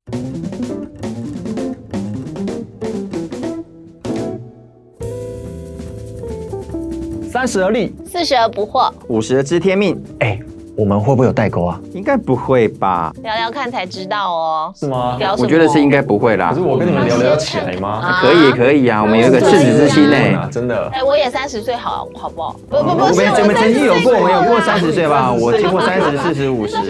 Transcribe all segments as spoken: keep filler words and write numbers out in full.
三十而立， 四十而不惑， 五十而知天命。 哎，我们会不会有代沟啊？ 应该不会吧？ 聊聊看才知道哦。 是吗？ 我觉得是应该不会啦。 可是我跟你们聊聊起来吗？ 啊、可以可以啊，我们有一个赤子之心哎、欸， 真的。 哎、欸，我也三十岁，好好不好？不不不， 我们我们曾经有过，我们有过三十岁吧？我经过三十、四十、五十。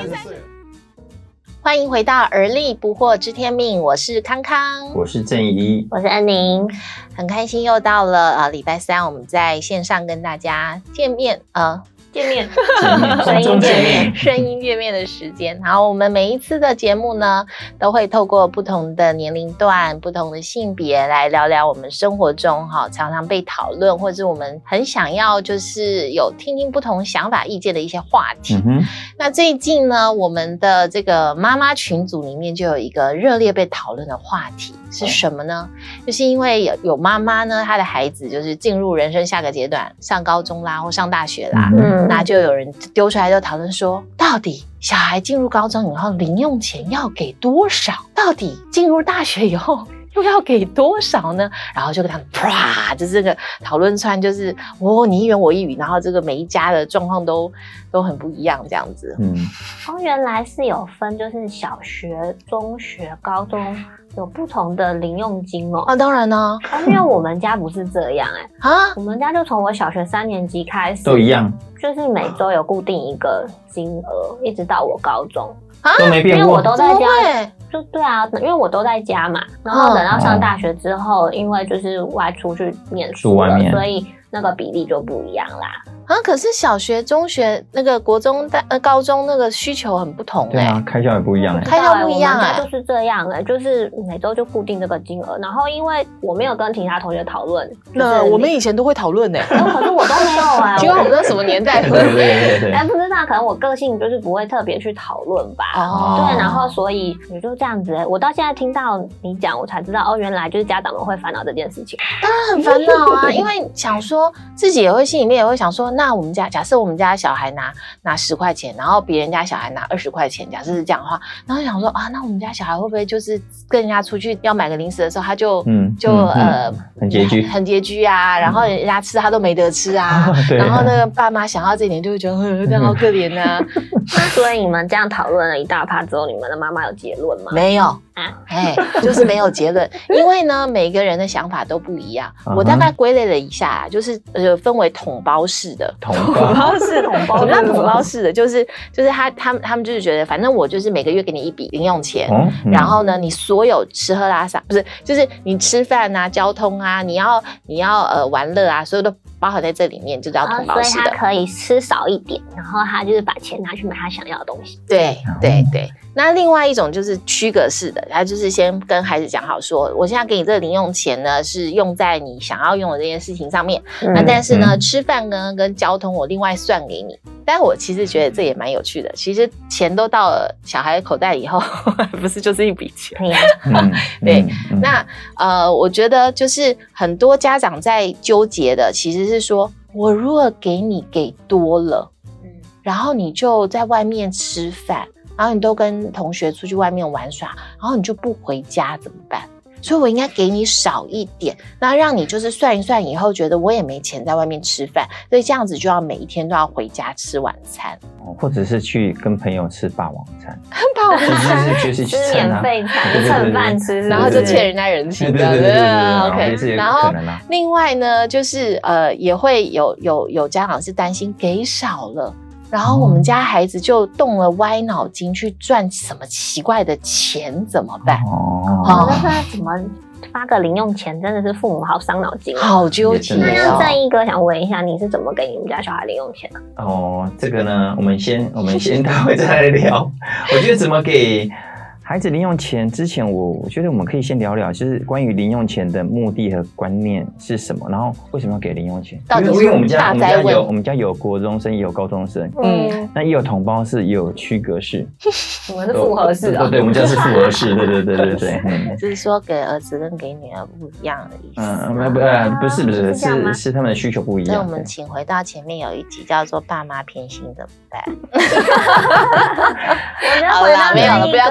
欢迎回到而立不惑知天命，我是康康， 我是郑怡， 我是恩宁， 很开心又到了呃礼拜三，我们在线上跟大家见面呃。 见面， 声音见面，声音见面的时间。然后我们每一次的节目呢，都会透过不同的年龄段、不同的性别来聊聊我们生活中哈常常被讨论，或者我们很想要就是有听听不同想法、意见的一些话题。 嗯、 那最近呢，我们的这个妈妈群组里面就有一个热烈被讨论的话题是什么呢？就是因为有有妈妈呢，她的孩子就是进入人生下个阶段，上高中啦，或上大学啦。 嗯那就有人丢出来就讨论说，到底小孩进入高中以后零用钱要给多少？到底进入大学以后又要给多少呢？然后就跟他们啪，就是这个讨论串，就是哦你一言我一语，然后这个每一家的状况都都很不一样，这样子。 嗯， 哦，原来是有分，就是小学、中学、高中有不同的零用金哦。 啊，当然呢、 啊，因为我们家不是这样哎、欸、 啊， 我们家就从我小学三年级开始都一样， 就是每周有固定一个金额，一直到我高中。 啊， 都没变过， 因为我都在家， 就对啊，因为我都在家嘛。然后等到上大学之后，哦、因为就是外出去念书了，所以那个比例就不一样啦。 啊，可是小学、中学那个国中、大呃高中那个需求很不同哎、欸， 对啊，开销也不一样哎、欸， 开销不一样哎、 欸，就是这样哎、欸，就是每周就固定这个金额。然后因为我没有跟其他同学讨论， 那我们以前都会讨论哎， 可是我都没有哎、欸， 因为我们那什么年代？ 对对对对， 但不知道可能我个性就是不会特别去讨论吧。哦，对，然后所以也就这样子哎、欸，我到现在听到你讲，我才知道哦，原来就是家长们会烦恼这件事情。 当然很烦恼啊，因为想说自己也会心里面也会想说，那我们家假设。我们家小孩拿拿十块钱，然后别人家小孩拿二十块钱，假设是这样的话，然后想说啊，那我们家小孩会不会就是跟人家出去要买个零食的时候，他就嗯就嗯呃很拮据， 很拮据啊，然后人家吃他都没得吃啊，嗯、然后那个爸妈想到这一点就会觉得呃这样好可怜啊。 所以你们这样讨论了一大趴之后，你们的妈妈有结论吗？ 没有。啊，哎，就是没有结论，因为呢，每个人的想法都不一样。Uh-huh. 我大概归类了一下，就是呃，分为统包式的， 统包式，统包，什么叫统包式的？就是就是他他们他们就是觉得，反正我就是每个月给你一笔零用钱，哦嗯、然后呢，你所有吃喝拉撒，不是，就是你吃饭啊、交通啊，你要你要呃玩乐啊，所有都包含在这里面，就叫统包式的。 所以他可以吃少一点，然后他就是把钱拿去买他想要的东西。 对对对。那另外一种就是区隔式的，他就是先跟孩子讲好说，我现在给你这个零用钱呢，是用在你想要用的这件事情上面。嗯、那但是呢，嗯、吃饭呢跟交通我另外算给你。但我其实觉得这也蛮有趣的，其实钱都到了小孩口袋以后，不是就是一笔钱。嗯、对，嗯、那呃，我觉得就是很多家长在纠结的，其实是说我如果给你给多了，嗯，然后你就在外面吃饭。然后你都跟同学出去外面玩耍，然后你就不回家怎么办？所以我应该给你少一点，那让你就是算一算以后觉得我也没钱在外面吃饭，所以这样子就要每一天都要回家吃晚餐， 或者是去跟朋友吃霸王餐， 霸王餐就是去吃免费餐，蹭饭吃， 然后就欠人家人情， 对对对对 ，OK。然后另外呢，就是呃也会有有有家长是担心给少了。然后我们家孩子就动了歪脑筋去赚什么奇怪的钱怎么办？ 哦，那他怎么发个零用钱，真的是父母好伤脑筋， 好纠结哦。 正义哥想问一下，你是怎么给你们家小孩零用钱的？ 哦，这个呢，我们先我们先待会再来聊。我觉得怎么给孩子零用钱之前我，我觉得我们可以先聊聊，就是关于零用钱的目的和观念是什么，然后为什么要给零用钱？因为因为我们家我们家有我们家有国中生，也有高中生，嗯，那也有统包式，也有区隔式。 我们是复合式啊， 对对，我们家是复合式，对对对对对。 嗯，就是说给儿子跟给女儿不一样的意思。 嗯，不呃不是不是是是他们的需求不一样。 所以我们请回到前面有一集叫做“爸妈偏心怎么办”。 好啦，没有了，不要给你挖坑。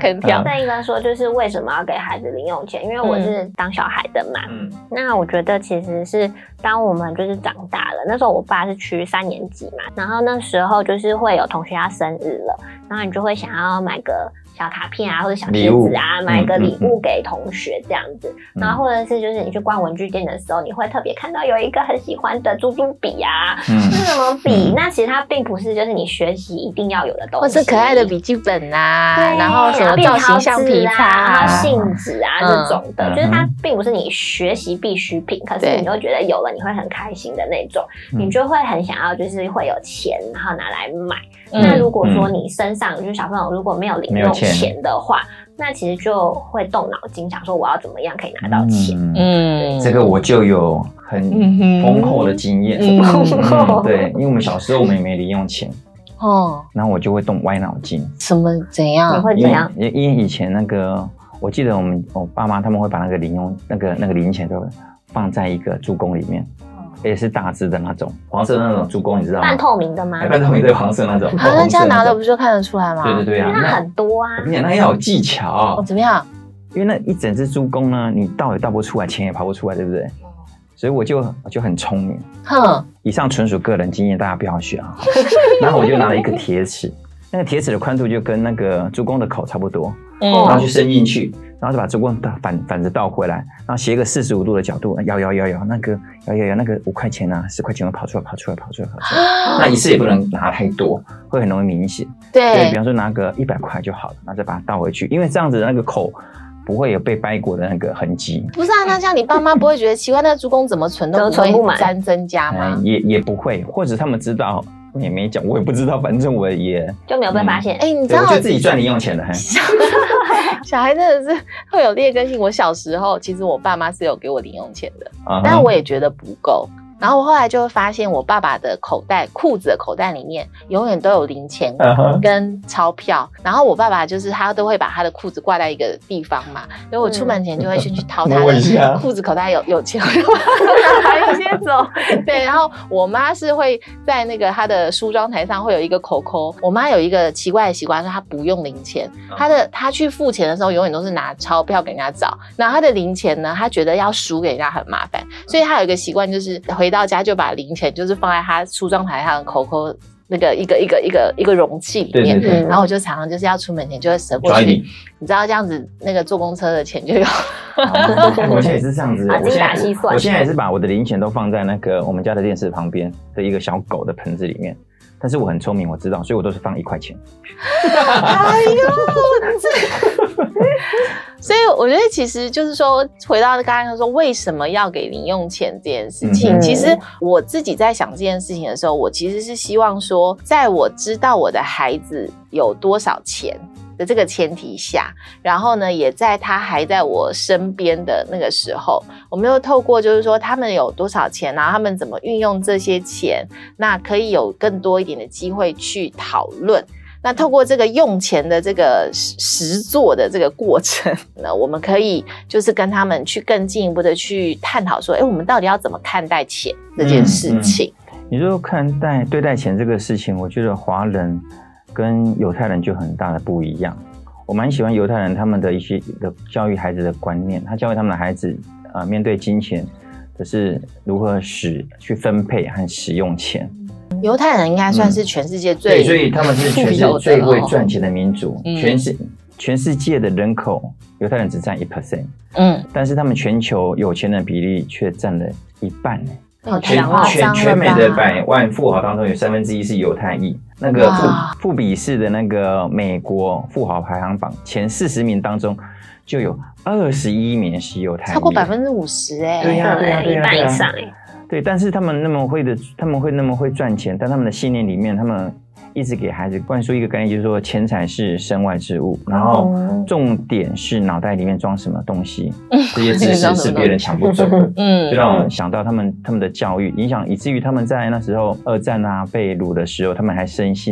坑跳。 再一个说就是为什么要给孩子零用钱？因为我是当小孩的嘛。嗯，那我觉得其实是当我们就是长大了，那时候我爸是去三年级嘛，然后那时候就是会有同学要生日了，然后你就会想要买个小卡片啊，或者小贴纸啊，买个礼物给同学这样子。嗯、然后或者是就是你去逛文具店的时候，你会特别看到有一个很喜欢的猪猪笔啊，嗯、是什么笔？嗯、那其实它并不是就是你学习一定要有的东西， 或是可爱的笔记本啊，然后什么造型橡皮擦啊， 然后信纸啊、嗯、这种的，就是它并不是你学习必需品，可是你就觉得有了你会很开心的那种，你就会很想要就是会有钱，然后拿来买。嗯、那如果说你身上就是小朋友如果没有零用钱的话，那其实就会动脑筋想说我要怎么样可以拿到钱。 嗯，这个我就有很丰厚的经验。嗯嗯、对，因为我们小时候我们也没零用钱。哦，然后我就会动歪脑筋。 什么怎样？ 你会怎样？ 因为因为以前那个，我记得我们我爸妈他们会把那个零用那个那个零钱都放在一个猪公里面。也是大只的那种，黄色的那种猪公，你知道吗？ 半透明的吗？ 半透明的黄色那种。 啊，那这样拿的不就看得出来吗？ 对对对啊， 那很多啊。 我跟你讲，那要有技巧。 哦，怎么样？ 因为那一整只猪公呢，你倒也倒不出来，钱也跑不出来，对不对？所以我就我就很聪明。哼，以上纯属个人经验，大家不要学啊。然后我就拿了一个铁尺，那个铁尺的宽度就跟那个猪公的口差不多，嗯，然后就伸进去。然后就把猪公反反着倒回来，然后斜个四十五度的角度，摇摇摇摇，那个摇摇摇，那个五块钱啊、十块钱会跑出来，跑出来，跑出来，跑出来。那一次也不能拿太多，会很容易明显。对，比方说拿个一百块就好了，然后再把它倒回去，因为这样子那个口不会有被掰过的那个痕迹。 不是啊，那这样你爸妈不会觉得奇怪，那个猪公怎么存都不会沾增加吗？ 嗯、也也不会，或者他们知道。也没讲，我也不知道，反正我也就没有被发现。 哎、嗯欸，你知道， 我就自己赚零用钱的。 小孩真的是会有劣根性。我小时候其实我爸妈是有给我零用钱的， uh-huh. 但我也觉得不够。然后我后来就会发现，我爸爸的口袋、裤子的口袋里面永远都有零钱跟钞票。Uh-huh. 然后我爸爸就是他都会把他的裤子挂在一个地方嘛，所以我出门前就会先去掏他的裤子口袋有有钱，我就把它先走。对，然后我妈是会在那个她的梳妆台上会有一个口扣。我妈有一个奇怪的习惯，说她不用零钱，她的她去付钱的时候永远都是拿钞票给人家找，然后她的零钱呢，她觉得要数给人家很麻烦，所以她有一个习惯就是回到家就把零钱就是放在她梳妆台上的口扣那个一个一个一个一个容器里面，对对对，然后我就常常就是要出门前就会折过去，你知道这样子那个坐公车的钱就有。 我现在也是这样子，我现在我现在也是把我的零钱都放在那个我们家的电视旁边的一个小狗的盆子里面。但是我很聪明，我知道，所以我都是放一块钱。哎呦， 这所以我觉得其实就是说，回到刚刚说为什么要给零用钱这件事情，嗯、其实我自己在想这件事情的时候，我其实是希望说，在我知道我的孩子有多少钱的这个前提下，然后呢，也在他还在我身边的那个时候，我们又透过就是说他们有多少钱，然后他们怎么运用这些钱，那可以有更多一点的机会去讨论。那透过这个用钱的这个实作的这个过程呢，我们可以就是跟他们去更进一步的去探讨说，哎，我们到底要怎么看待钱这件事情？ 嗯嗯、你说看待对待钱这个事情，我觉得华人跟犹太人就很大的不一样。我蛮喜欢犹太人他们的一些的教育孩子的观念，他教育他们的孩子，呃，面对金钱，就是如何使去分配和使用钱。 犹太人应该算是全世界最、嗯、 对，所以他们是全世界最会赚钱的民族。嗯、全世全世界的人口，犹太人只占一 percent， 嗯，但是他们全球有钱人比例却占了一半。全全全美的百万富豪当中，有三分之一是犹太裔。那个富富比士的那个美国富豪排行榜前四十名当中，就有二十一名是犹太裔， 超过百分之五十哎， 对呀对呀对呀， 一半以上哎。 对，但是他们那么会的，他们会那么会赚钱，但他们的信念里面，他们一直给孩子灌输一个概念，就是说钱财是身外之物，然后重点是脑袋里面装什么东西，嗯、这些知识是别人抢不走的。嗯，就让我想到他们他们的教育影响，以至于他们在那时候二战啊被掳的时候，他们还深信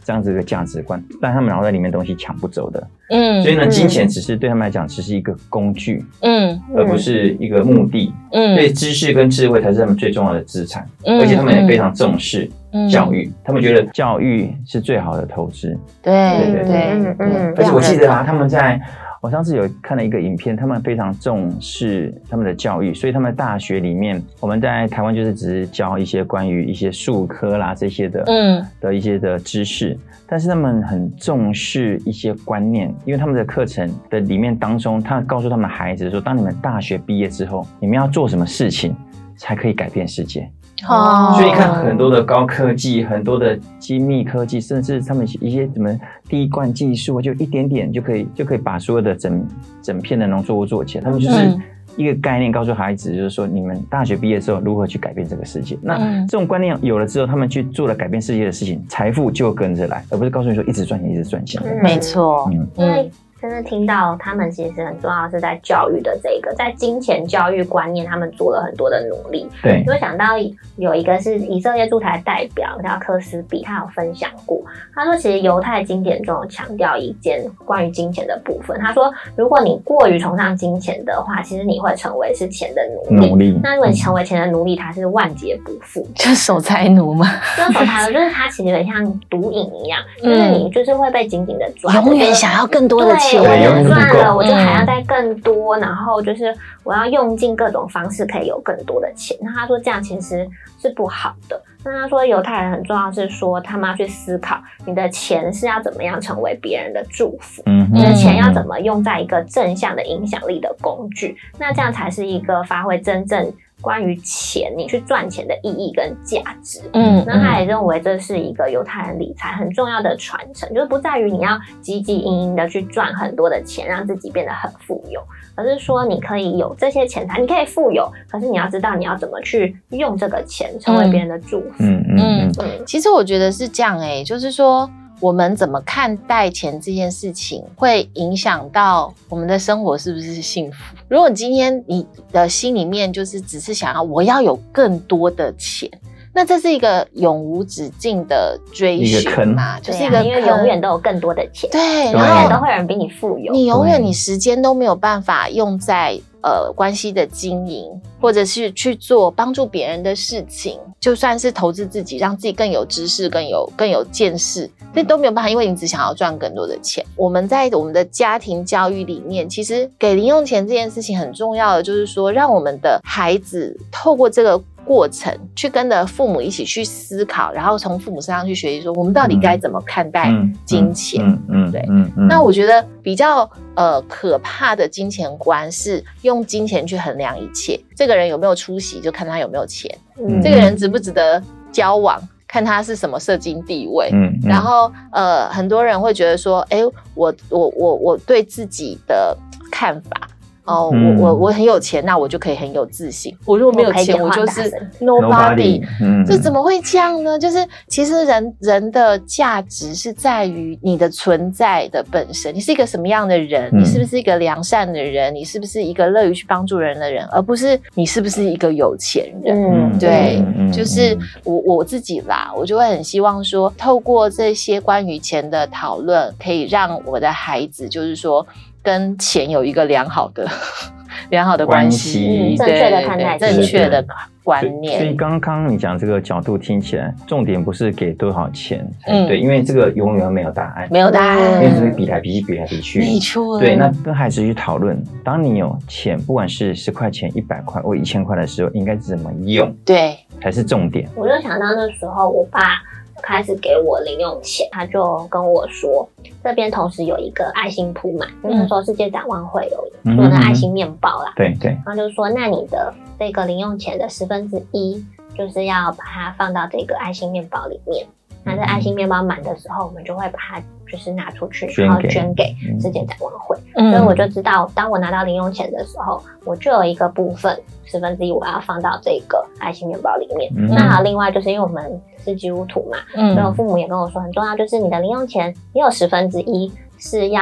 这样子一个价值观，但他们脑袋里面东西抢不走的。 嗯， 所以呢，金钱只是对他们来讲只是一个工具， 嗯， 而不是一个目的。嗯，所以知识跟智慧才是他们最重要的资产，嗯、而且他们也非常重视教育，嗯、他们觉得教育是最好的投资。 对对对对， 嗯嗯。而且我记得啊，他们在我上次有看了一个影片，他们非常重视他们的教育，所以他们大学里面，我们在台湾就是只是教一些关于一些术科啦这些的，嗯，的一些的知识，但是他们很重视一些观念，因为他们的课程的里面当中，他告诉他们孩子说，当你们大学毕业之后，你们要做什么事情才可以改变世界。哦，所以看很多的高科技，很多的精密科技，甚至他们一些什么滴灌技术，就一点点就可以就可以把所有的整整片的农作物做起来。他们就是一个概念，告诉孩子，就是说你们大学毕业之后如何去改变这个世界。那这种观念有了之后，他们去做了改变世界的事情，财富就跟着来，而不是告诉你说一直赚钱，一直赚钱。 没错，嗯嗯。 真的听到他们其实很重要的是在教育的这个，在金钱教育观念，他们做了很多的努力。 对， 就想到有一个是以色列驻台代表叫科斯比，他有分享过，他说其实犹太经典中有强调一件关于金钱的部分。他说，如果你过于崇尚金钱的话，其实你会成为是钱的奴隶。 奴隶。 那如果你成为钱的奴隶，他是万劫不复， 就是守财奴嘛。 就是守财奴，就是他其实很像毒瘾一样，就是你就是会被紧紧的抓， 永远想要更多的钱。 我赚了，我就还要再更多，嗯、然后就是我要用尽各种方式可以有更多的钱。那他说这样其实是不好的。那他说犹太人很重要是说他们要去思考你的钱是要怎么样成为别人的祝福，嗯、你的钱要怎么用在一个正向的影响力的工具，那这样才是一个发挥真正关于钱你去赚钱的意义跟价值。嗯，那他也认为这是一个犹太人理财很重要的传承，就是不在于你要汲汲营营的去赚很多的钱让自己变得很富有，而是说你可以有这些钱财，你可以富有，可是你要知道你要怎么去用这个钱成为别人的祝福。 嗯嗯嗯。 其实我觉得是这样哎、欸，就是说我们怎么看待钱这件事情，会影响到我们的生活是不是幸福。如果今天你的心里面就是只是想要我要有更多的钱，那这是一个永无止境的追寻嘛，就是一个、啊、 因为永远都有更多的钱， 对， 永远都会有人比你富有， 你永远你时间都没有办法用在呃关系的经营，或者是去做帮助别人的事情，就算是投资自己，让自己更有知识、更有更有见识，这都没有办法，因为你只想要赚更多的钱。我们在我们的家庭教育里面，其实给零用钱这件事情很重要的，就是说让我们的孩子透过这个过程去跟着父母一起去思考，然后从父母身上去学习说我们到底该怎么看待金钱。嗯嗯，对。嗯嗯，那我觉得比较呃可怕的金钱观是用金钱去衡量一切，这个人有没有出息就看他有没有钱，嗯、这个人值不值得交往看他是什么社经地位。嗯嗯，然后呃很多人会觉得说哎、欸、我我我我对自己的看法哦，嗯、我我我很有钱，那我就可以很有自信。我如果没有钱，我, 我就是 nobody。嗯，这怎么会这样呢？就是其实人人的价值是在于你的存在的本身，你是一个什么样的人？嗯、你是不是一个良善的人？你是不是一个乐于去帮助人的人？而不是你是不是一个有钱人？嗯，对，嗯、就是我我自己啦，我就会很希望说，透过这些关于钱的讨论，可以让我的孩子，就是说。跟钱有一个良好的良好的关系， 正确的看待， 正确的观念。 所以刚刚你讲这个角度听起来，重点不是给多少钱才对，嗯、因为这个永远没有答案， 没有答案， 因为只是比来比去，比来比去。 没错。 对，那跟孩子去讨论，当你有钱，不管是十块钱、一百块或一千块的时候，应该怎么用？ 对， 才是重点。 我就想到那时候，我爸开始给我零用钱，他就跟我说，这边同时有一个爱心铺满，因为那时候世界展望会有做那爱心面包啦， 对对， 然后就说，那你的这个零用钱的十分之一，就是要把它放到这个爱心面包里面。那这爱心面包满的时候，我们就会把它就是拿出去，然后捐给世界展望会。嗯、所以我就知道，当我拿到零用钱的时候，我就有一个部分十分之一我要放到这个爱心面包里面。嗯、那还有另外就是因为我们是基督徒嘛，嗯、所以我父母也跟我说，很重要就是你的零用钱，你有十分之一是要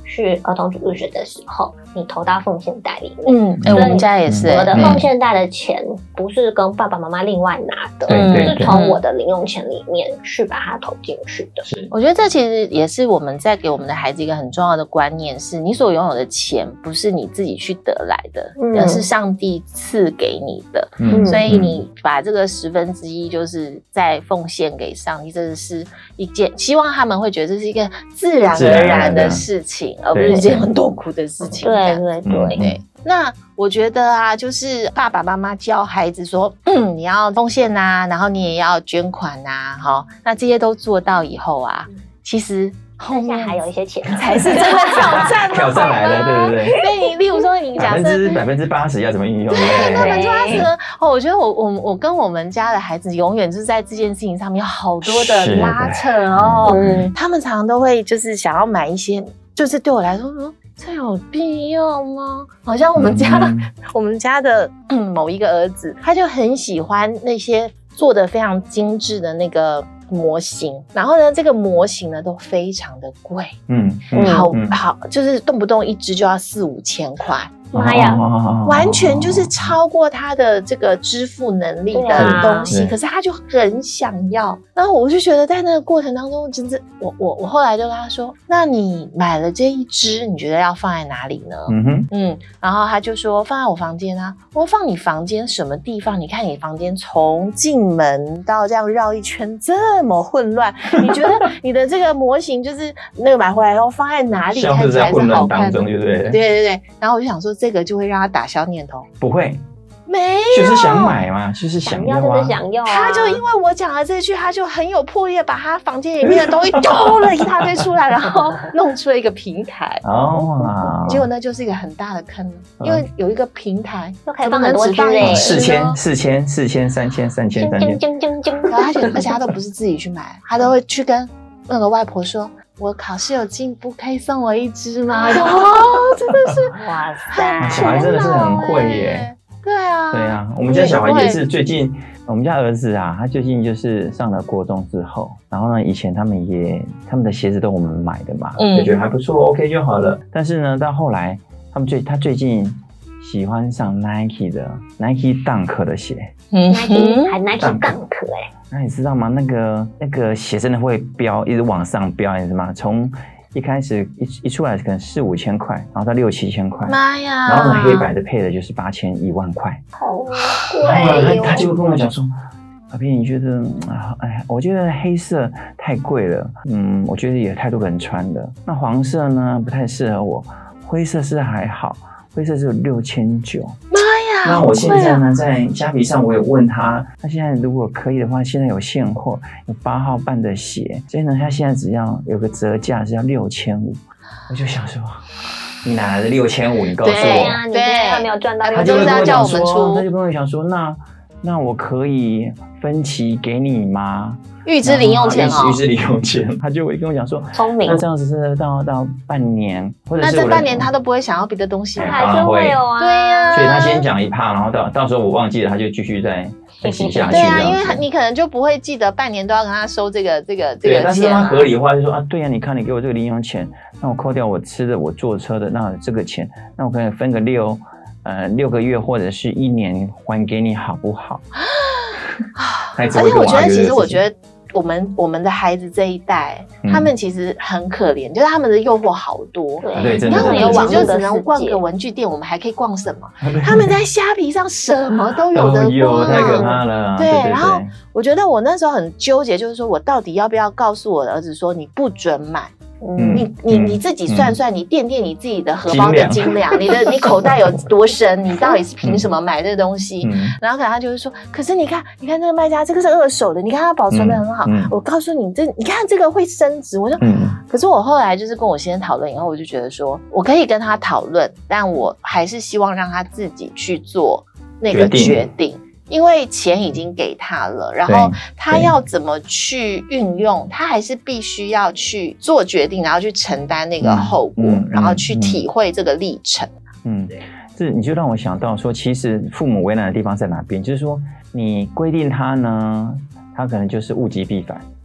去儿童主日学的时候，你投到奉献袋里面。 嗯，哎、欸，我们家也是、欸。 我的奉献袋的钱不是跟爸爸妈妈另外拿的， 嗯、 是从我的零用钱里面去把它投进去的。 是， 我觉得这其实也是我们在给我们的孩子一个很重要的观念：是你所拥有的钱不是你自己去得来的，嗯、而是上帝赐给你的。嗯，所以你把这个十分之一就是再奉献给上帝，这是一件希望他们会觉得这是一个自然而然的事情，而不是一件很痛苦的事情。 对对对对。那我觉得啊，就是爸爸妈妈教孩子说，嗯，你要奉献啊，然后你也要捐款啊，好，那这些都做到以后啊，其实后面还有一些钱才是真的挑战， 挑战来了，对不对？ 对，你例如说，你假设百分之百分之八十要怎么运用？ 对，百分之八十呢？哦，我觉得我我我跟我们家的孩子永远就是在这件事情上面有好多的拉扯哦，嗯，他们常常都会就是想要买一些，就是对我来说说。这有必要吗？好像我们家、嗯、我们家的、嗯、某一个儿子，他就很喜欢那些做得非常精致的那个模型，然后呢，这个模型呢都非常的贵，嗯，好、嗯、好，就是动不动一只就要四五千块。妈呀，完全就是超过他的这个支付能力的东西，可是他就很想要。然后我就觉得在那个过程当中，真的，我我我后来就跟他说：“那你买了这一只，你觉得要放在哪里呢？”嗯哼，嗯，然后他就说：“放在我房间啊。”我说：“放你房间什么地方？你看你房间从进门到这样绕一圈这么混乱，你觉得你的这个模型就是那个买回来后放在哪里看起来是好看的？对不对？对对对。然后我就想说。这个就会让他打消念头， 不会， 没有， 就是想买嘛，就是想要、啊， 就是想要、啊。 他就因为我讲了这句，他就很有魄力的把他房间里面的东西丢了一大堆出来，然后弄出了一个平台。哦，结果那就是一个很大的坑，嗯、因为有一个平台就可以放很多只嘞， 四千、四千、四千、三千、三千、三千， 然后而且而且他都不是自己去买，他都会去跟那个外婆说。我考试有进步，可以送我一只吗？哦，真的是哇塞， 小孩真的是很会耶。 对啊， 对啊，我们家小孩也是最近，我们家儿子啊，他最近就是上了国中之后，然后呢，以前他们也他们的鞋子都我们买的嘛，嗯，就觉得还不错 ，OK 就好了。但是呢，到后来他们最他最近喜欢上 Nike 的 Nike Dunk 的鞋， 嗯 ，Nike 还 Nike Dunk 哎、欸。 那你知道吗？那个那个鞋真的会飙，一直往上飙，你知道吗？从一开始一一出来可能四五千块，然后到六七千块， 妈呀！ 然后呢，黑白的配的就是八千一万块， 好贵、 哦。他他就跟我讲说，阿斌，你觉得啊？哎，我觉得黑色太贵了，嗯，我觉得也太多人穿了。那黄色呢，不太适合我，灰色是还好，灰色是六千九。那我现在呢，在虾皮上我有问他，他现在如果可以的话，现在有现货，有八号半的鞋，所以呢，他现在只要有个折价是要六千五，我就想说，你哪来的六千五？你告诉我， 对啊，你还没有赚到， 他就会跟我讲说，他就跟我讲说，那那我可以分期给你吗？ 预支零用钱哦， 预支零用钱，他就会跟我讲说， 聪明， 那这样子是到到半年，或者是那这半年他都不会想要别的东西， 还是会有啊， 对呀， 所以他先讲一趴，然后到到时候我忘记了，他就继续再再洗下去， 对啊，因为你可能就不会记得半年都要跟他收这个这个这个钱， 但是他合理化就说啊，对呀、啊，你看你给我这个零用钱，那我扣掉我吃的，我坐车的，那这个钱，那我可以分个六呃六个月或者是一年还给你，好不好？ 而且我觉得，其实我觉得我们我们的孩子这一代，嗯、他们其实很可怜，就是他们的诱惑好多。 对， 你看我们以前就只能逛个文具店，我们还可以逛什么？他们在虾皮上什么都有的逛， 有太可怕了。 对，对对对，然后我觉得我那时候很纠结，就是说我到底要不要告诉我的儿子说你不准买。嗯、你你你自己算算，嗯、你掂掂你自己的荷包的斤两，你的你口袋有多深，你到底是凭什么买这个东西？嗯、然后可能他就会说，可是你看，你看这个卖家，这个是二手的，你看它保存的很好。嗯嗯、我告诉你，这你看这个会升值。我说，嗯、可是我后来就是跟我先生讨论以后，我就觉得说我可以跟他讨论，但我还是希望让他自己去做那个决定。因为钱已经给他了，然后他要怎么去运用，他还是必须要去做决定，然后去承担那个后果，嗯嗯、然后去体会这个历程。 嗯，这你就让我想到说，其实父母为难的地方在哪边？就是说，你规定他呢，他可能就是物极必反。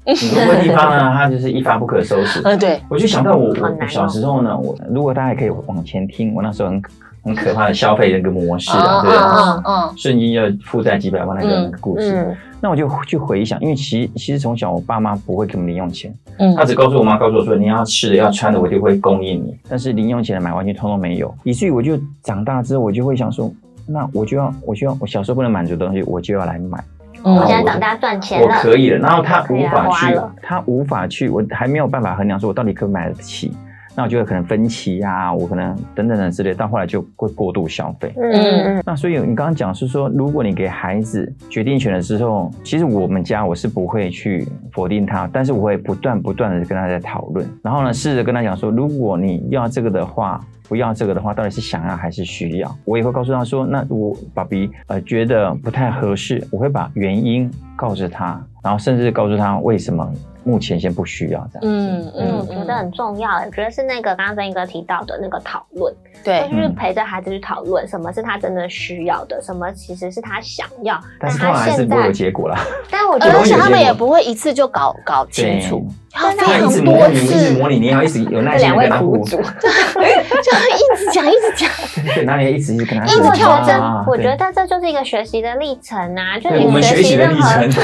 你多的地方呢，它就是一发不可收拾。 嗯，对， 我就想到我哦我小时候呢，我如果大家可以往前听，我那时候很很可怕的消费的一个模式啊，对不对？ 嗯嗯， 瞬间要负债几百万那个那个故事。 嗯那我就去回想，因为其其实从小我爸妈不会给我们零用钱， 嗯他只告诉我妈，告诉我说你要吃的要穿的，我就会供应你。但是零用钱的买完全通通没有，以至于我就长大之后，我就会想说，那我就要我就要我小时候不能满足的东西，我就要来买。 我现在长大赚钱了， 我可以了。然后他无法去可以来花了， 他无法去，我还没有办法衡量说我到底可不可以买得起。那我觉得可能分期啊，我可能等等等之类，到后来就会过度消费。 嗯， 那所以你刚刚讲是说，如果你给孩子决定权的时候，其实我们家我是不会去否定他，但是我会不断不断的跟他在讨论，然后呢，试着跟他讲说，如果你要这个的话，不要这个的话，到底是想要还是需要？我也会告诉他说，那我爸比呃觉得不太合适，我会把原因告诉他，然后甚至告诉他为什么目前先不需要这样子。 嗯嗯，我觉得很重要，我觉得是那个刚刚曾一哥提到的那个讨论， 对， 就是陪着孩子去讨论什么是他真的需要的，什么其实是他想要， 但是通常还是不会有结果啦。 但我觉得而且他们也不会一次就搞搞清楚，要费他一直很多模拟，一直次， 模拟，你要一直有耐心的跟他互主， 就一直讲一直讲， 对，然后你一直一直跟他因为我觉得啊我觉得这就是一个学习的历程啊，就对我们你学习的任何历程。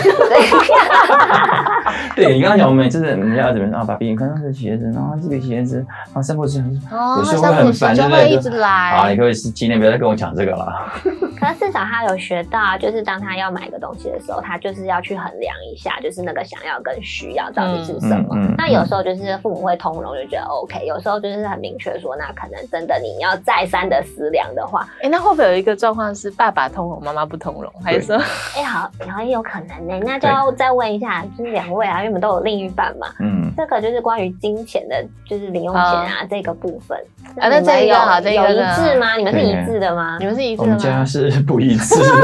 对， 对你刚刚讲，我们就是人家要怎么啊，爸比，你看这个鞋子，然后这个鞋子，然后三步之哦， 有时候会很烦， 就对不对？ 会一直来。 好，你可不可以今天不要再跟我讲这个了？ 可是至少他有学到啊，就是当他要买个东西的时候，他就是要去衡量一下，就是那个想要跟需要到底是什么。 嗯嗯嗯、 那有时候就是父母会通融，就觉得 OK； 有时候就是很明确说，那可能真的你要再三的思量的话， 哎，那会不会有一个状况是爸爸通融，妈妈不通融，还是说， 哎，好，然后也有可能呢、欸？那就要再问一下，就是两位啊，因为我们都有另一半嘛，嗯，这个就是关于金钱的，就是零用钱啊、哦、这个部分啊，那这一个好，这一个有一致吗？你们是一致的吗？ 你们是一致的吗？ 我们家是不一致的，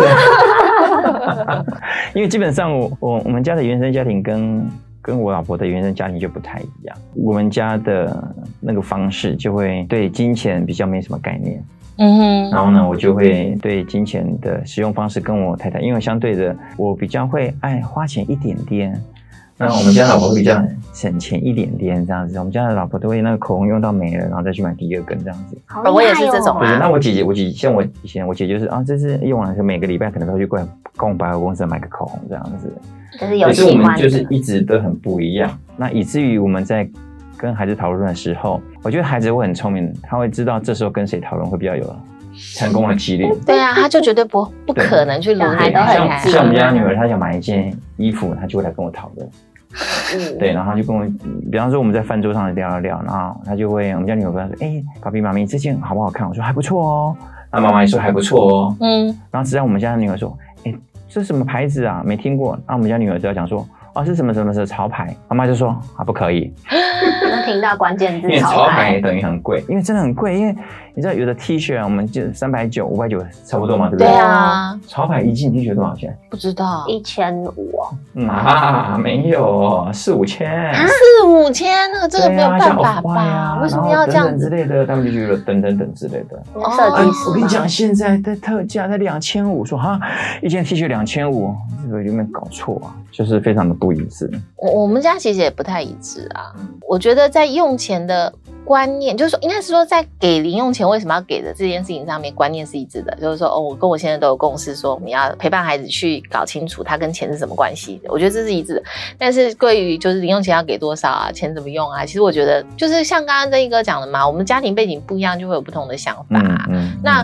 因为基本上我我我们家的原生家庭跟跟我老婆的原生家庭就不太一样，我们家的那个方式就会对金钱比较没什么概念。嗯哼，然后呢，我就会对金钱的使用方式跟我太太，因为相对的，我比较会爱花钱一点点。那我们家老婆会比较省钱一点点这样子，我们家的老婆都会那个口红用到没了，然后再去买第二根这样子。 好厉害哦！ 我也是这种啊。 那我姐姐，我姐像我以前我姐就是啊，这是用完每个礼拜可能都去逛逛百货公司买个口红这样子。 就是有喜欢的。可是我们就是一直都很不一样，那以至于我们在跟孩子讨论的时候，我觉得孩子会很聪明，他会知道这时候跟谁讨论会比较有成功的几率。 对啊，他就绝对不不可能去轮孩都很像像我们家女儿，她想买一件衣服，她就会来跟我讨论。嗯，对，然后就跟我，比方说我们在饭桌上聊聊聊，然后她就会，我们家女儿跟她说：“哎、欸，爸比妈咪这件好不好看？”我说：“还不错哦。”那妈妈也说：“还不错哦。”嗯，然后直到我们家的女儿说：“哎、欸，这是什么牌子啊？没听过。”那我们家女儿就要讲说。哦，是什么什么什么潮牌？妈妈就说啊，不可以。 那听到关键字， 因为潮牌等于很贵，因为真的很贵。因为你知道有的 T 恤啊，我们就三百九、五百九差不多嘛，对不对？ 对啊。 潮牌一件 T 恤多少钱？ 不知道， 一千五哦。 嗯啊，没有，四五千。 四五千，那个这个没有办法吧？ 啊、 为什么要这样子之类的？他们就觉得等等等之类的。 哦，设计师。 我跟你讲，现在的特价才两千五，说哈，一件 T 恤两千五，这个有没有搞错啊？就是非常的不一致。 我我们家其实也不太一致啊。我觉得在用钱的观念，就是说，应该是说在给零用钱为什么要给的这件事情上面，观念是一致的。就是说，哦，我跟我现在都有共识，说我们要陪伴孩子去搞清楚他跟钱是什么关系的。我觉得这是一致的。但是对于就是零用钱要给多少啊，钱怎么用啊，其实我觉得就是像刚刚这一哥讲的嘛，我们家庭背景不一样，就会有不同的想法、啊。嗯嗯嗯、那。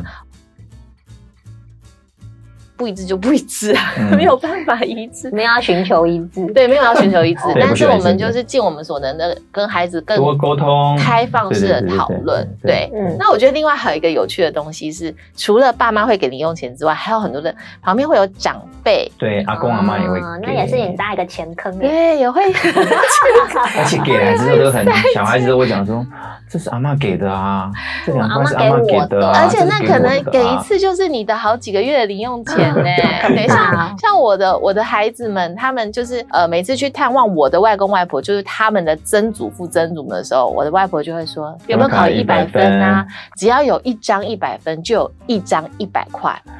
不一致就不一致啊，嗯、没有办法一致， 没有要寻求一致， 对，没有要寻求一致，但是我们就是尽我们所能的跟孩子更多沟通、 开放式的讨论。对，嗯、那我觉得另外还有一个有趣的东西是，除了爸妈会给零用钱之外，还有很多的旁边会有长辈， 对，阿公阿妈也会给、 哦，那也是很大一个钱坑。 对，也会， 而且给来之后都很，小孩子都会讲说。这是阿嬷给的啊，这两块是阿嬷给的、啊， 而且那可能给一次就是你的好几个月的零用钱呢、欸。对，像像我的我的孩子们，他们就是呃每次去探望我的外公外婆，就是他们的曾祖父曾祖母的时候，我的外婆就会说有没有考一百分啊？只要有一张一百分，就有一张一百块。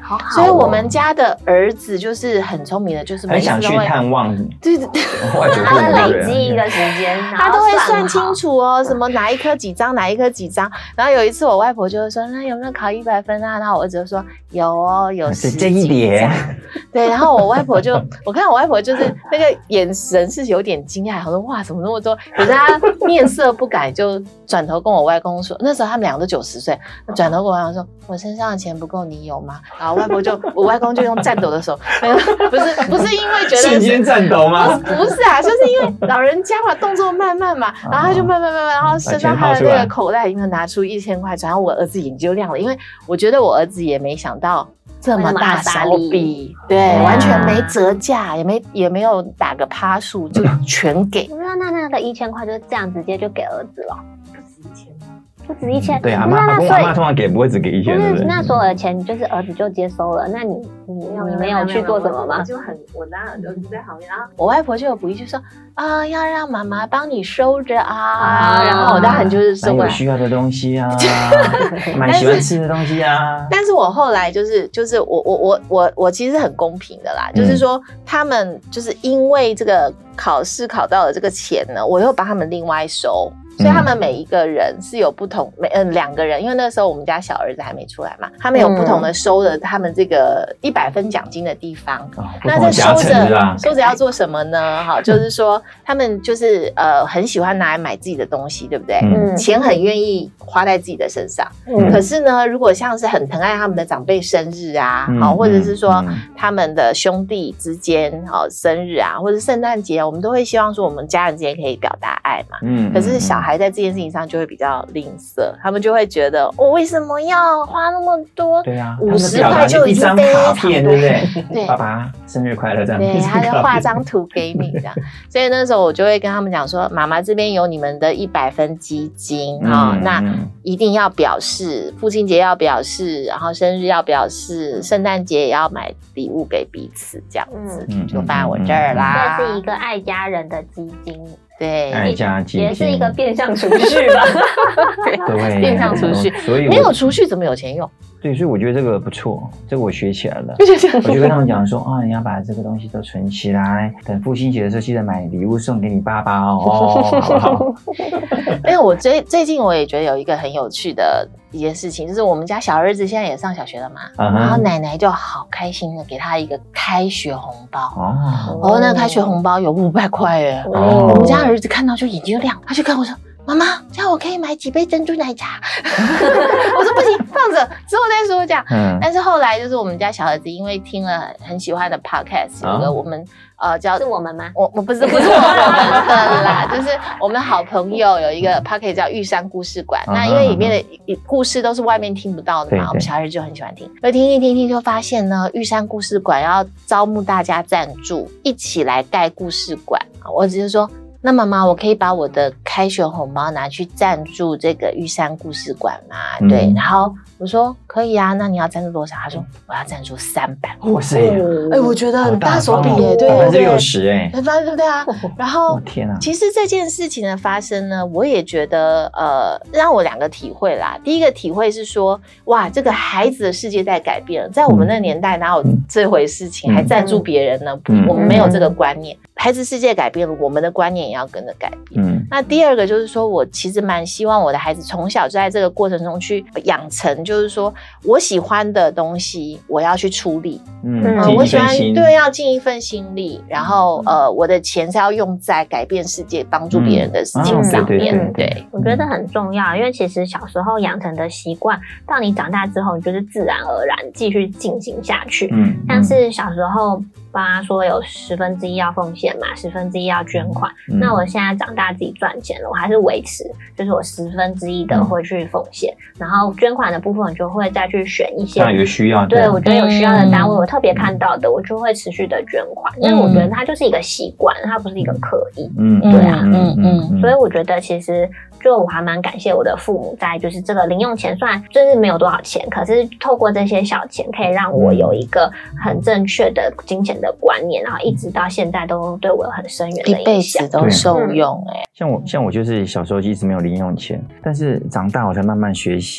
好好哦， 所以我们家的儿子就是很聪明的，就是很想去探望， 对对对， 他会累积一个时间， 他都会算清楚哦，什么哪一科几张，哪一科几张。然后有一次我外婆就会说，那有没有考一百分啊？然后我儿子就说有哦，有十这一点。 对，然后我外婆就，我看我外婆就是那个眼神是有点惊讶，我说哇，怎么那么多？可是他面色不改，就转头跟我外公说，那时候他们两个都九十岁，转头跟我外公说，我身上的钱不够，你有吗？然后外婆就，我外公就用颤抖的手，不是不是因为觉得瞬间颤抖吗？ 不是啊，就是因为老人家嘛，动作慢慢嘛，然后他就慢慢慢慢，然后伸到他的那个口袋里面拿出一千块，然后我儿子眼睛就亮了，因为我觉得我儿子也没想到。这么大手笔，对，完全没折价，也没也没有打个趴数，就全给。 那那那个一千块就是这样直接就给儿子了，不止一千，不止一千。 对啊，阿妈阿公阿妈通常给不会只给一千，对不对？ 那所有的钱就是儿子就接收了，那你你你没有去做什么吗？ 我就很我当然儿子在旁边，然后我外婆就有补一句说啊，要让妈妈帮你收着啊，然后我当然就是收买有需要的东西啊，买喜欢吃的东西啊。 但是我后来就是就是我我我我我其实很公平的啦，就是说他们就是因为这个考试考到了这个钱呢，我又帮他们另外收。所以他们每一个人是有不同，每嗯两个人，因为那时候我们家小儿子还没出来嘛，他们有不同的收的他们这个一百分奖金的地方。 哦、 那这收着收着要做什么呢？哈，就是说他们就是呃很喜欢拿来买自己的东西，对不对？嗯，钱很愿意花在自己的身上。嗯，可是呢，如果像是很疼爱他们的长辈生日啊，好、嗯，或者是说他们的兄弟之间好生日啊，或者圣诞节，我们都会希望说我们家人之间可以表达爱嘛。嗯，可是小孩在这件事情上就会比较吝啬，他们就会觉得我、哦、为什么要花那么多？ 对啊， 五十块就已经非常多，对不对？对，爸爸生日快乐这样。 对，他就画张图给你这样。所以那时候我就会跟他们讲说，妈妈这边有你们的一百分基金哈、嗯哦，那一定要表示，父亲节要表示，然后生日要表示，圣诞节也要买礼物给彼此，这样子、嗯、就放在我这儿啦。 这是一个爱家人的基金。 对， 爱家基金也是一个变相储蓄吧。 对， 变相储蓄，所以没有储蓄怎么有钱用？ 对，所以我觉得这个不错，这个我学起来了。我就跟他们讲说啊，你要把这个东西都存起来，等父亲节的时候记得买礼物送给你爸爸哦，哦好不好？ 因为我最最近我也觉得有一个很有趣的一件事情，就是我们家小儿子现在也上小学了嘛，uh-huh. 然后奶奶就好开心的给他一个开学红包哦，哦，那个开学红包有五百块耶，哦，我们家儿子看到就眼睛就亮，他就跟我说。妈妈，这样我可以买几杯珍珠奶茶。我说不行，放着之后再说这样。嗯，但是后来就是我们家小儿子因为听了很喜欢的 podcast， 有个我们、哦、呃叫是我们吗？ 我我不是不是我们的啦，就是我们好朋友有一个 podcast 叫玉山故事馆。那因为里面的故事都是外面听不到的嘛，我们小孩子就很喜欢听。而听一听听就发现呢，玉山故事馆要招募大家赞助，一起来盖故事馆。我只是说。那妈妈，我可以把我的开学红包拿去赞助这个玉山故事馆吗？嗯、对，然后我说可以啊，那你要赞助多少？他说我要赞助三百。 哇塞！ 哎、欸，我觉得很大手笔耶，对， 百分之六十哎， 对不对啊？然后， 天啊！ 其实这件事情的发生呢，我也觉得呃，让我两个体会啦。第一个体会是说，哇，这个孩子的世界在改变了，在我们那个年代哪有这回事情，嗯、还赞助别人呢？嗯、我们没有这个观念。孩子世界改变了，我们的观念也要跟着改变。嗯，那第二个就是说，我其实蛮希望我的孩子从小就在这个过程中去养成，就是说我喜欢的东西，我要去出力。嗯，呃、我喜欢对要尽一份心力，然后呃，我的钱是要用在改变世界、帮助别人的事情上面。嗯、对, 对, 对, 对， 我觉得很重要，因为其实小时候养成的习惯，到你长大之后，你就是自然而然继续进行下去。嗯，像是小时候。爸妈说有十分之一要奉献嘛，十分之一要捐款、嗯。那我现在长大自己赚钱了，我还是维持，就是我十分之一的会去奉献、嗯，然后捐款的部分就会再去选一些有需要的， 对我觉得有需要的单位，我特别看到的，我就会持续的捐款。因为我觉得它就是一个习惯，它不是一个刻意。嗯，对啊，嗯嗯，所以我觉得其实就我还蛮感谢我的父母，在就是这个零用钱，虽然就是没有多少钱，可是透过这些小钱，可以让我有一个很正确的金钱的。的观念，然后一直到现在都对我有很深远的影响， 一辈子都受用哎、欸。 像我，像我就是小时候一直没有零用钱，但是长大我才慢慢学习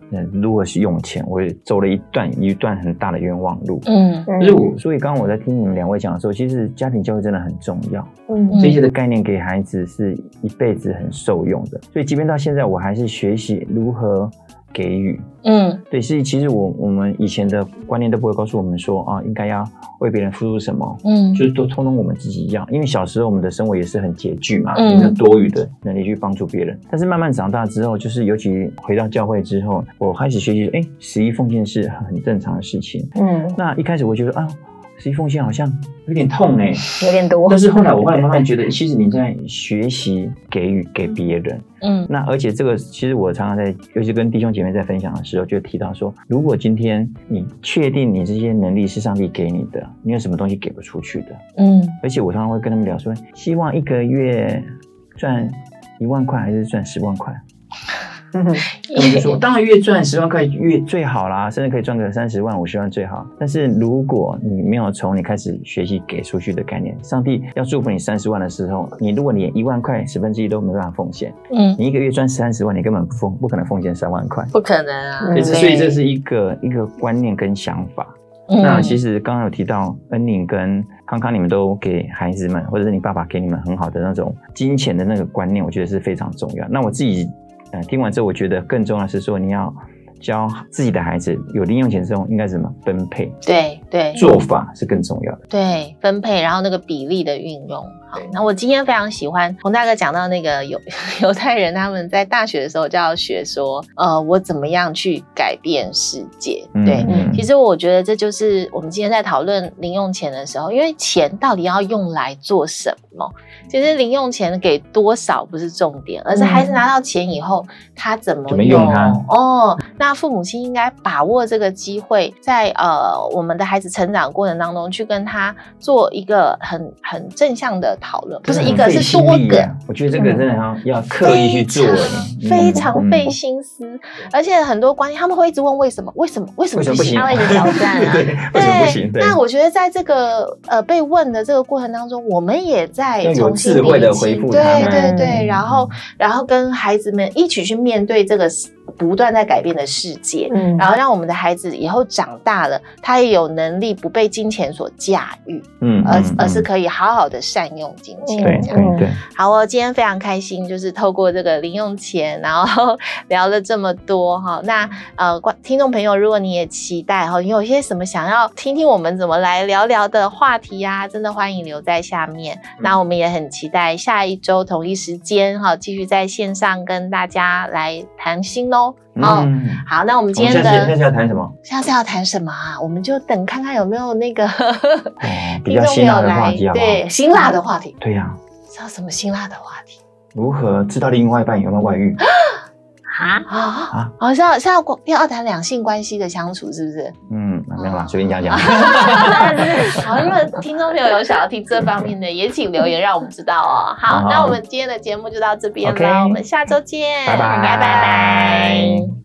嗯，如何是用钱，我也走了一段一段很大的冤枉路。 嗯， 就是我，所以刚刚我在听你们两位讲的时候，其实家庭教育真的很重要。 嗯， 这些的概念给孩子是一辈子很受用的。所以即便到现在，我还是学习如何给予。嗯，对，是其实我我们以前的观念都不会告诉我们说啊，应该要为别人付出什么。嗯，就是都通通我们自己要，因为小时候我们的生活也是很拮据嘛，嗯、没有多余的能力去帮助别人。但是慢慢长大之后，就是尤其回到教会之后，我开始学习，哎，十一奉献是很正常的事情。嗯，那一开始我觉得啊。十一奉献好像有点痛哎、欸， 有点多。 但是后来我后来慢慢觉得，其实你在学习给予给别人，嗯，那而且这个其实我常常在，尤其跟弟兄姐妹在分享的时候，就提到说，如果今天你确定你这些能力是上帝给你的，你有什么东西给不出去的？嗯，而且我常常会跟他们聊说，希望一个月赚一万块还是赚十万块？我就说，当然越赚十万块越最好啦，甚至可以赚个三十万、五十万最好。但是如果你没有从你开始学习给出去的概念，上帝要祝福你三十万的时候，你如果连一万块十分之一都没办法奉献，嗯，你一个月赚三十万，你根本不奉不可能奉献三万块， 不可能啊。 所以这所以这是一个一个观念跟想法。嗯、那其实刚刚有提到恩宁跟康康，你们都给孩子们，或者是你爸爸给你们很好的那种金钱的那个观念，我觉得是非常重要。那我自己。呃，听完之后，我觉得更重要的是说，你要教自己的孩子有零用钱之后应该怎么分配， 对对， 做法是更重要的。 对，分配，然后那个比例的运用。好，那我今天非常喜欢洪大哥讲到那个犹犹太人他们在大学的时候就要学说，呃，我怎么样去改变世界。对，嗯、其实我觉得这就是我们今天在讨论零用钱的时候，因为钱到底要用来做什么？其实零用钱给多少不是重点，而是孩子拿到钱以后，他怎么用？ 怎么用它？ 哦，那父母亲应该把握这个机会，在呃我们的孩子成长过程当中，去跟他做一个很很正向的讨论，不是一个是多个。 啊、我觉得这个真的要、嗯、要刻意去做， 非常费心思，嗯、而且很多观念他们会一直问为什么，为什么，为什么不行？ 他会一直挑战啊， 对，为什么不行？ 那我觉得在这个呃被问的这个过程当中，我们也在重新智慧的回复他们， 对对对，然后然后跟孩子们一起去面对这个不断在改变的世界，嗯，然后让我们的孩子以后长大了，他也有能力不被金钱所驾驭，嗯，而而是可以好好的善用金钱， 对对对。 好，我今天非常开心，就是透过这个零用钱，然后聊了这么多哈。那呃，听众朋友，如果你也期待哈，你有一些什么想要听听我们怎么来聊聊的话题啊，真的欢迎留在下面。嗯、那我们也很期待下一周同一时间哈，继续在线上跟大家来谈心喽。哦，嗯、好，那我们今天的下次要谈什么？ 下次要谈什么啊？我们就等看看有没有那个、哦、 比较辛辣的话题好不好？ 对，辛辣的话题。 对呀、啊， 知道什么辛辣的话题？ 如何知道另外一半有没有外遇？ 啊啊啊！是要是要要谈两性关系的相处，是不是？ 嗯，没有啦，随便讲讲。 好，如果听众朋友有想要听这方面的，也请留言让我们知道哦。好，那我们今天的节目就到这边了， okay, 我们下周见， 拜拜拜拜。